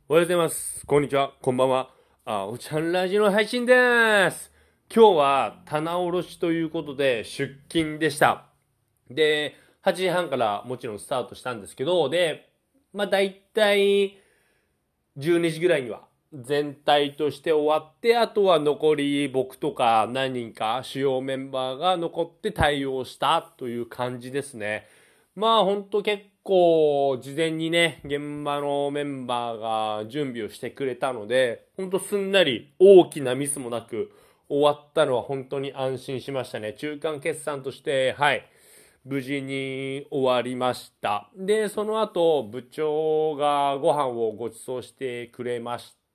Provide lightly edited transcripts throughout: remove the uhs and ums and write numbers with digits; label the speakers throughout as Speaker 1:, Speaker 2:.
Speaker 1: おはようございます。こんにちは。こんばんは。おちゃんラジオの配信です。今日は棚卸しということで出勤でした。で、8時半からもちろんスタートしたんですけど、で、だいたい12時ぐらいには全体として終わって、あとは残り僕とか何人か主要メンバーが残って対応したという感じですね。ほんと結構事前にね、現場のメンバーが準備をしてくれたので、ほんとすんなり大きなミスもなく終わったのは本当に安心しましたね。中間決算として、はい。無事に終わりました。で、その後、部長がご飯をご馳走してくれまして、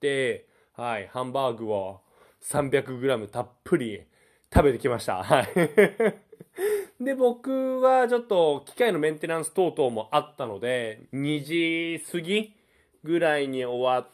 Speaker 1: はい、ハンバーグを 300g たっぷり食べてきました。はい。で、僕はちょっと機械のメンテナンス等々もあったので、2時過ぎぐらいに終わって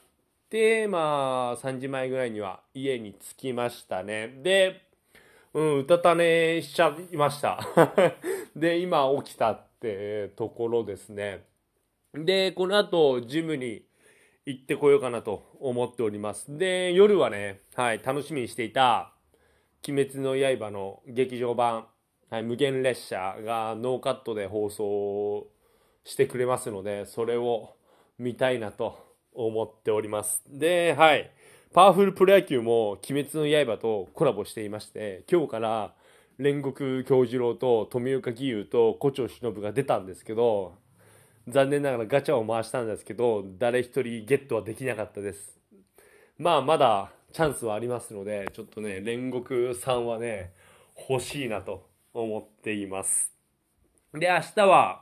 Speaker 1: 、3時前ぐらいには家に着きましたね。で、うたた寝しちゃいました。で、今起きたってところですね。で、この後、ジムに行ってこようかなと思っております。で、夜はね、はい、楽しみにしていた、鬼滅の刃の劇場版、はい、無限列車がノーカットで放送してくれますので、それを見たいなと思っております。で、はい。パワフルプロ野球も鬼滅の刃とコラボしていまして、今日から煉獄京次郎と富岡義勇と胡蝶忍が出たんですけど、残念ながらガチャを回したんですけど、誰一人ゲットはできなかったです。まだチャンスはありますので、ちょっとね、煉獄さんはね、欲しいなと思っています。で、明日は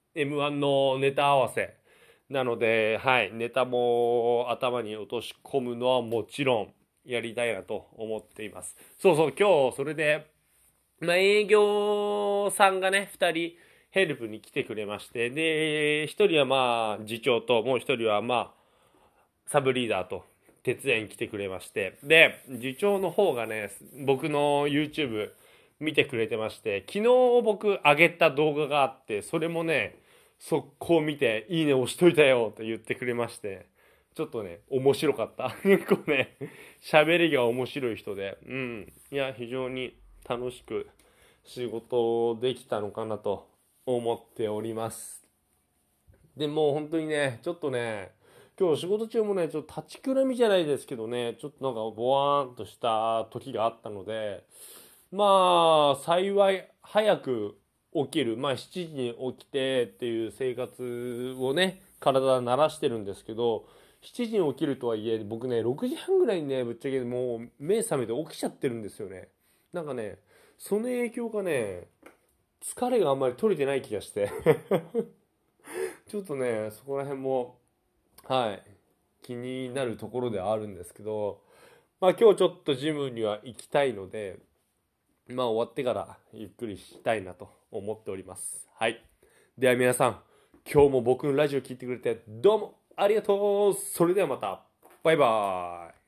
Speaker 1: M1 のネタ合わせ。なので、はい、ネタも頭に落とし込むのはもちろんやりたいなと思っています。そうそう、今日それで、営業さんがね、二人ヘルプに来てくれまして、で、一人は次長と、もう一人はサブリーダーと手伝いに来てくれまして、で、次長の方がね、僕の YouTube 見てくれてまして、昨日僕上げた動画があって、それもね、速攻見て、いいね押しといたよと言ってくれまして、ちょっとね、面白かった。結構ね、喋りが面白い人で、いや、非常に楽しく仕事できたのかなと思っております。でもう本当にね、ちょっとね、今日仕事中もね、ちょっと立ちくらみじゃないですけどね、ちょっとなんかボワーンとした時があったので、幸い早く起きる、7時に起きてっていう生活をね、体慣らしてるんですけど、7時に起きるとはいえ、僕ね、6時半ぐらいにね、ぶっちゃけもう目覚めて起きちゃってるんですよね。なんかね、その影響がね、疲れがあんまり取れてない気がしてちょっとね、そこら辺も、はい、気になるところではあるんですけど、今日ちょっとジムには行きたいので、終わってからゆっくりしたいなと思っております。はい。では皆さん、今日も僕のラジオ聞いてくれてどうもありがとう。それではまた。バイバーイ。